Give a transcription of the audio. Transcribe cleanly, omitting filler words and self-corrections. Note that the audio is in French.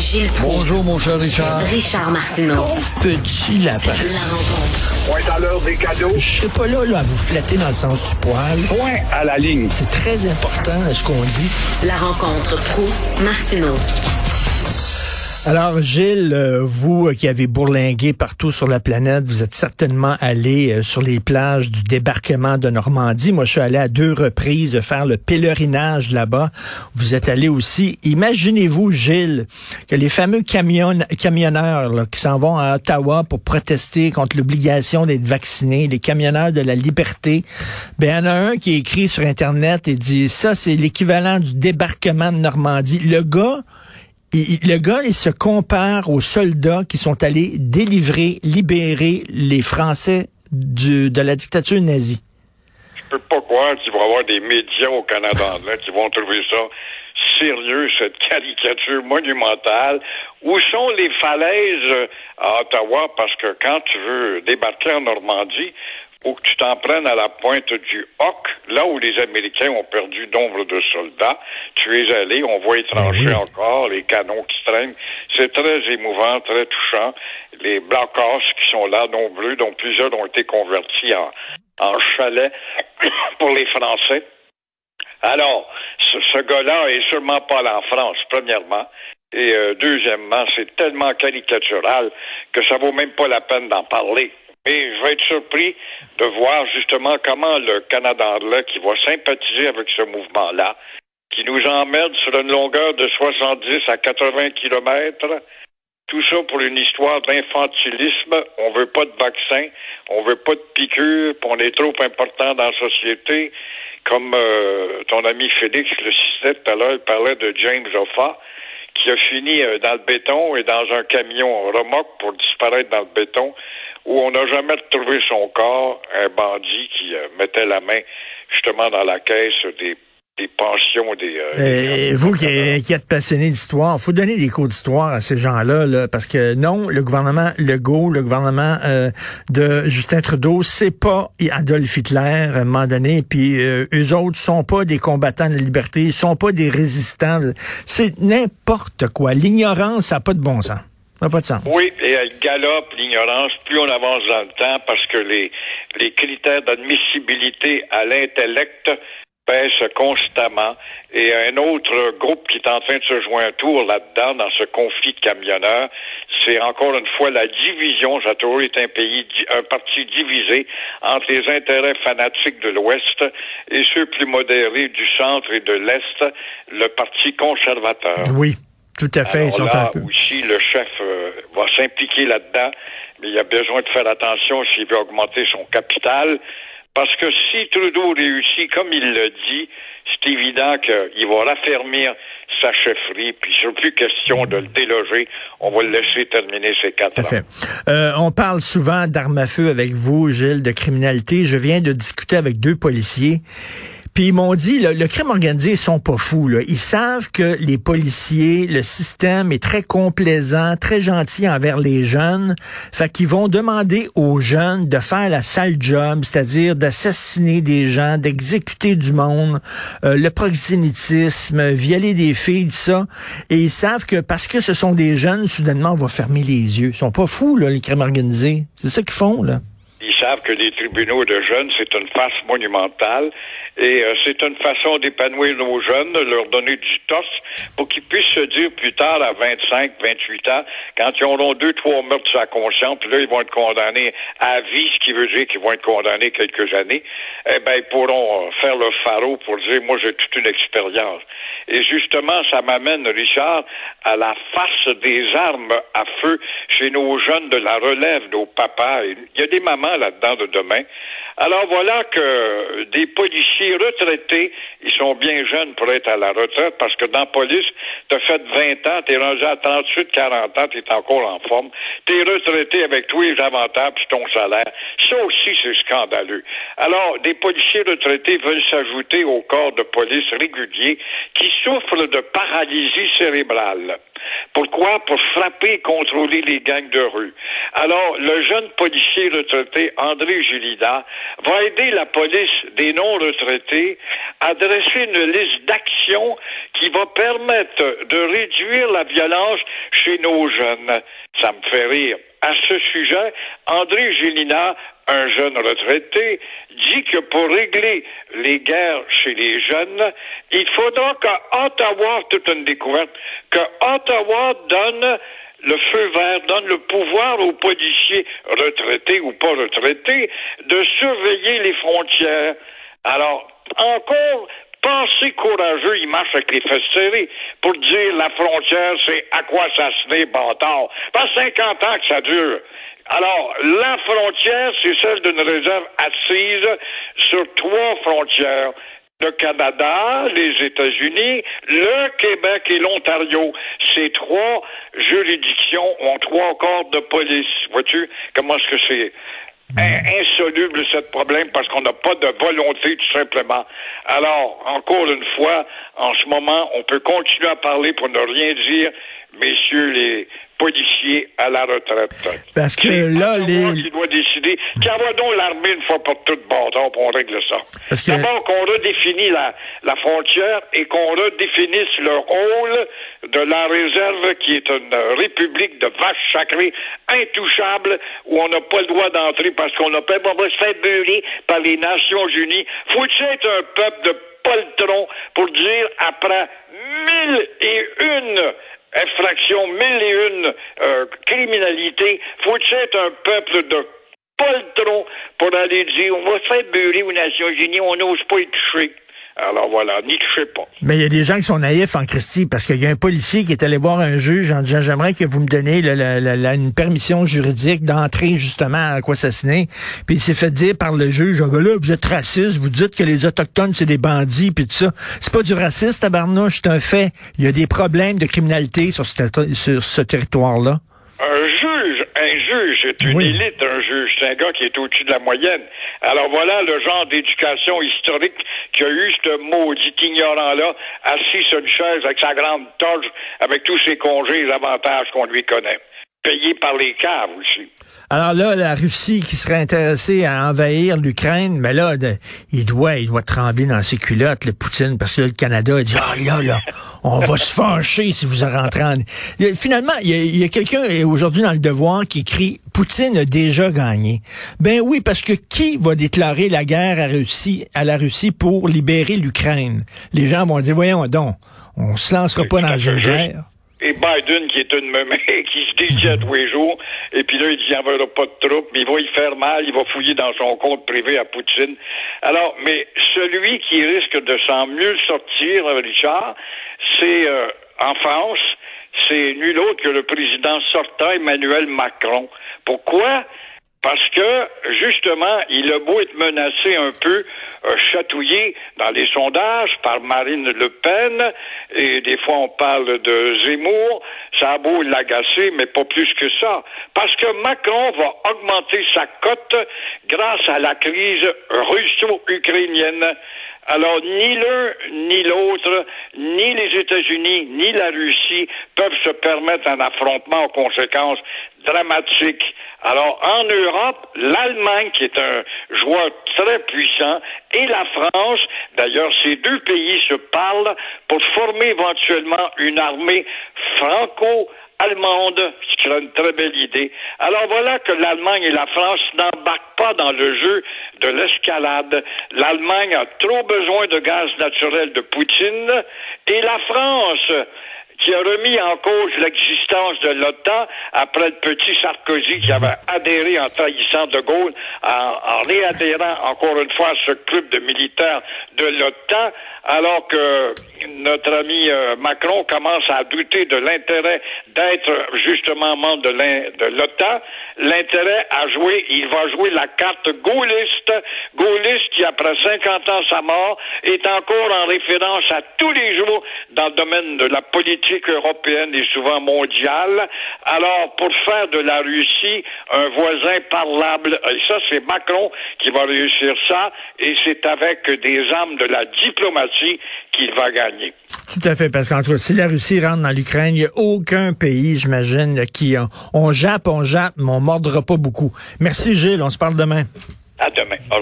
Gilles Proulx. Bonjour, mon cher Richard. Richard Martineau. Petit lapin. La rencontre. Point à l'heure des cadeaux. Je serai pas là à vous flatter dans le sens du poil. Point à la ligne. C'est très important ce qu'on dit. La rencontre Proulx-Martineau. Alors, Gilles, vous qui avez bourlingué partout sur la planète, vous êtes certainement allé sur les plages du débarquement de Normandie. Moi, je suis allé à 2 reprises faire le pèlerinage là-bas. Vous êtes allé aussi. Imaginez-vous, Gilles, que les fameux camionneurs là, qui s'en vont à Ottawa pour protester contre l'obligation d'être vaccinés, les camionneurs de la liberté, ben, il y en a un qui a écrit sur Internet et dit, ça, c'est l'équivalent du débarquement de Normandie. Le gars, il se compare aux soldats qui sont allés libérer les Français de la dictature nazie. Je peux pas croire qu'il va y avoir des médias au Canada là, qui vont trouver ça sérieux, cette caricature monumentale. Où sont les falaises à Ottawa? Parce que quand tu veux débarquer en Normandie, faut que tu t'en prennes à la pointe du Hoc, là où les Américains ont perdu nombre de soldats. Tu es allé, on voit les tranchées encore, les canons qui traînent. C'est très émouvant, très touchant. Les blockhaus qui sont là, nombreux, dont plusieurs ont été convertis en chalets pour les Français. Alors, ce gars-là est sûrement pas allé en France, premièrement. Et deuxièmement, c'est tellement caricatural que ça vaut même pas la peine d'en parler. Et je vais être surpris de voir justement comment le Canada anglais, qui va sympathiser avec ce mouvement-là, qui nous emmerde sur une longueur de 70 à 80 kilomètres, tout ça pour une histoire d'infantilisme. On veut pas de vaccin, on veut pas de piqûres, puis on est trop important dans la société. Comme ton ami Félix le citait tout à l'heure, il parlait de James Hoffa, qui a fini dans le béton et dans un camion remorque pour disparaître dans le béton, où on n'a jamais retrouvé son corps, un bandit qui mettait la main justement dans la caisse des pensions des vous qui êtes passionné d'histoire, faut donner des cours d'histoire à ces gens-là, là, parce que non, le gouvernement Legault, le gouvernement de Justin Trudeau, c'est pas Adolf Hitler à un moment donné, puis eux autres sont pas des combattants de la liberté, ils sont pas des résistants, c'est n'importe quoi. L'ignorance, ça n'a pas de bon sens. Ça n'a pas de sens. Oui, et elle galope l'ignorance plus on avance dans le temps parce que les critères d'admissibilité à l'intellect pèse constamment. Et un autre groupe qui est en train de se jouer un tour là-dedans, dans ce conflit de camionneurs, c'est encore une fois la division. Ça a toujours été un parti divisé entre les intérêts fanatiques de l'Ouest et ceux plus modérés du centre et de l'Est, le Parti conservateur. Oui. Tout à fait. Alors là, aussi, le chef va s'impliquer là-dedans, mais il a besoin de faire attention s'il veut augmenter son capital, parce que si Trudeau réussit, comme il le dit, c'est évident qu'il va raffermir sa chefferie, puis il sera plus question de le déloger. On va le laisser terminer ses 4 ans. On parle souvent d'armes à feu avec vous, Gilles, de criminalité. Je viens de discuter avec 2 policiers. Puis ils m'ont dit, le crime organisé, ils sont pas fous. Là. Ils savent que les policiers, le système est très complaisant, très gentil envers les jeunes. Fait qu'ils vont demander aux jeunes de faire la sale job, c'est-à-dire d'assassiner des gens, d'exécuter du monde, le proxénétisme, violer des filles, tout ça. Et ils savent que parce que ce sont des jeunes, soudainement, on va fermer les yeux. Ils sont pas fous, là, les crimes organisés. C'est ça qu'ils font, là. Ils savent que les tribunaux de jeunes, c'est une farce monumentale et c'est une façon d'épanouir nos jeunes, de leur donner du tos pour qu'ils puissent se dire plus tard, à 25, 28 ans, quand ils auront 2-3 meurtres sur la conscience, puis là, ils vont être condamnés à vie, ce qui veut dire qu'ils vont être condamnés quelques années, eh ben, ils pourront faire le pharo pour dire, moi, j'ai toute une expérience. Et justement, ça m'amène, Richard, à la face des armes à feu chez nos jeunes de la relève, nos papas. Il y a des mamans là-dedans de demain. Alors voilà que des policiers retraités, ils sont bien jeunes pour être à la retraite parce que dans la police, t'as fait 20 ans, t'es rendu à 38, 40 ans, t'es encore en forme, t'es retraité avec tous les avantages puis ton salaire. Ça aussi, c'est scandaleux. Alors, des policiers retraités veulent s'ajouter au corps de police régulier qui souffrent de paralysie cérébrale. Pourquoi? Pour frapper et contrôler les gangs de rue. Alors, le jeune policier retraité, André Gélina, va aider la police des non-retraités à dresser une liste d'actions qui va permettre de réduire la violence chez nos jeunes. Ça me fait rire. À ce sujet, André Gélina, un jeune retraité, dit que pour régler les guerres chez les jeunes, il faudra qu'Ottawa, toute une découverte, qu'Ottawa donne le feu vert, donne le pouvoir aux policiers retraités ou pas retraités de surveiller les frontières. Alors, encore, pensez courageux, il marche avec les fesses serrées pour dire la frontière, c'est à quoi ça se fait, bâtard. Pas 50 ans que ça dure. Alors, la frontière, c'est celle d'une réserve assise sur 3 frontières. Le Canada, les États-Unis, le Québec et l'Ontario. Ces 3 juridictions ont 3 corps de police. Vois-tu comment est-ce que c'est insoluble, ce problème, parce qu'on n'a pas de volonté, tout simplement. Alors, encore une fois, en ce moment, on peut continuer à parler pour ne rien dire, messieurs les policiers à la retraite. Parce que là, qui doit décider, qui envoie donc l'armée une fois pour toutes, bâtard, pour on règle ça. D'abord, qu'on redéfinisse la frontière et qu'on redéfinisse le rôle de la réserve, qui est une république de vaches sacrées, intouchable, où on n'a pas le droit d'entrer parce qu'on a peur, on va se faire beurrer par les Nations Unies. Faut-il être un peuple de poltrons pour dire, après 1001 infractions, 1001 criminalités, faut-il être un peuple de poltrons pour aller dire, on va se faire beurrer aux Nations Unies, on n'ose pas y toucher. Alors voilà, n'y touchez pas. Mais il y a des gens qui sont naïfs en Christie, parce qu'il y a un policier qui est allé voir un juge en disant, j'aimerais que vous me donniez une permission juridique d'entrer justement à Akwesasne. Puis il s'est fait dire par le juge, ah ben là, vous êtes raciste, vous dites que les Autochtones, c'est des bandits, puis tout ça. C'est pas du racisme, tabarnouche, c'est un fait. Il y a des problèmes de criminalité sur ce territoire-là. Un juge, c'est une élite, un juge. C'est un gars qui est au-dessus de la moyenne. Alors voilà le genre d'éducation historique qu'a eu ce maudit ignorant-là, assis sur une chaise avec sa grande torche, avec tous ses congés et les avantages qu'on lui connaît. Payé par les caves aussi. Alors là, la Russie qui serait intéressée à envahir l'Ukraine, mais là, il doit trembler dans ses culottes, le Poutine, parce que là, le Canada a dit, là, on va se fâcher si vous rentrez en... Finalement, il y a quelqu'un aujourd'hui dans Le Devoir qui écrit, Poutine a déjà gagné. Ben oui, parce que qui va déclarer la guerre à la Russie pour libérer l'Ukraine? Les gens vont dire, voyons donc, on se lancera pas dans une guerre. Et Biden, qui est une mémé, qui se dédie à tous les jours, et puis là, il dit, il n'y enverra pas de troupes, mais il va y faire mal, il va fouiller dans son compte privé à Poutine. Alors, mais celui qui risque de s'en mieux sortir, Richard, c'est, en France, c'est nul autre que le président sortant, Emmanuel Macron. Pourquoi? Parce que, justement, il a beau être menacé un peu, chatouillé dans les sondages par Marine Le Pen, et des fois on parle de Zemmour, ça a beau l'agacer, mais pas plus que ça. Parce que Macron va augmenter sa cote grâce à la crise russo-ukrainienne. Alors, ni l'un, ni l'autre, ni les États-Unis, ni la Russie peuvent se permettre un affrontement aux conséquences dramatiques. Alors, en Europe, l'Allemagne, qui est un joueur très puissant, et la France, d'ailleurs, ces 2 pays se parlent pour former éventuellement une armée franco-allemande, ce qui serait une très belle idée. Alors voilà que l'Allemagne et la France n'embarquent pas dans le jeu de l'escalade. L'Allemagne a trop besoin de gaz naturel de Poutine, et la France, qui a remis en cause l'existence de l'OTAN après le petit Sarkozy qui avait adhéré en trahissant De Gaulle, en réadhérant encore une fois à ce club de militaires de l'OTAN, alors que notre ami Macron commence à douter de l'intérêt d'être justement membre de l'OTAN. L'intérêt à jouer, il va jouer la carte gaulliste qui après 50 ans sa mort est encore en référence à tous les jours dans le domaine de la politique européenne et souvent mondiale. Alors, pour faire de la Russie un voisin parlable, et ça c'est Macron qui va réussir ça, et c'est avec des armes de la diplomatie qu'il va gagner. Tout à fait, parce qu'entre autres, si la Russie rentre dans l'Ukraine, il n'y a aucun pays, j'imagine, qui on jappe, mais on mordra pas beaucoup. Merci Gilles, on se parle demain. À demain.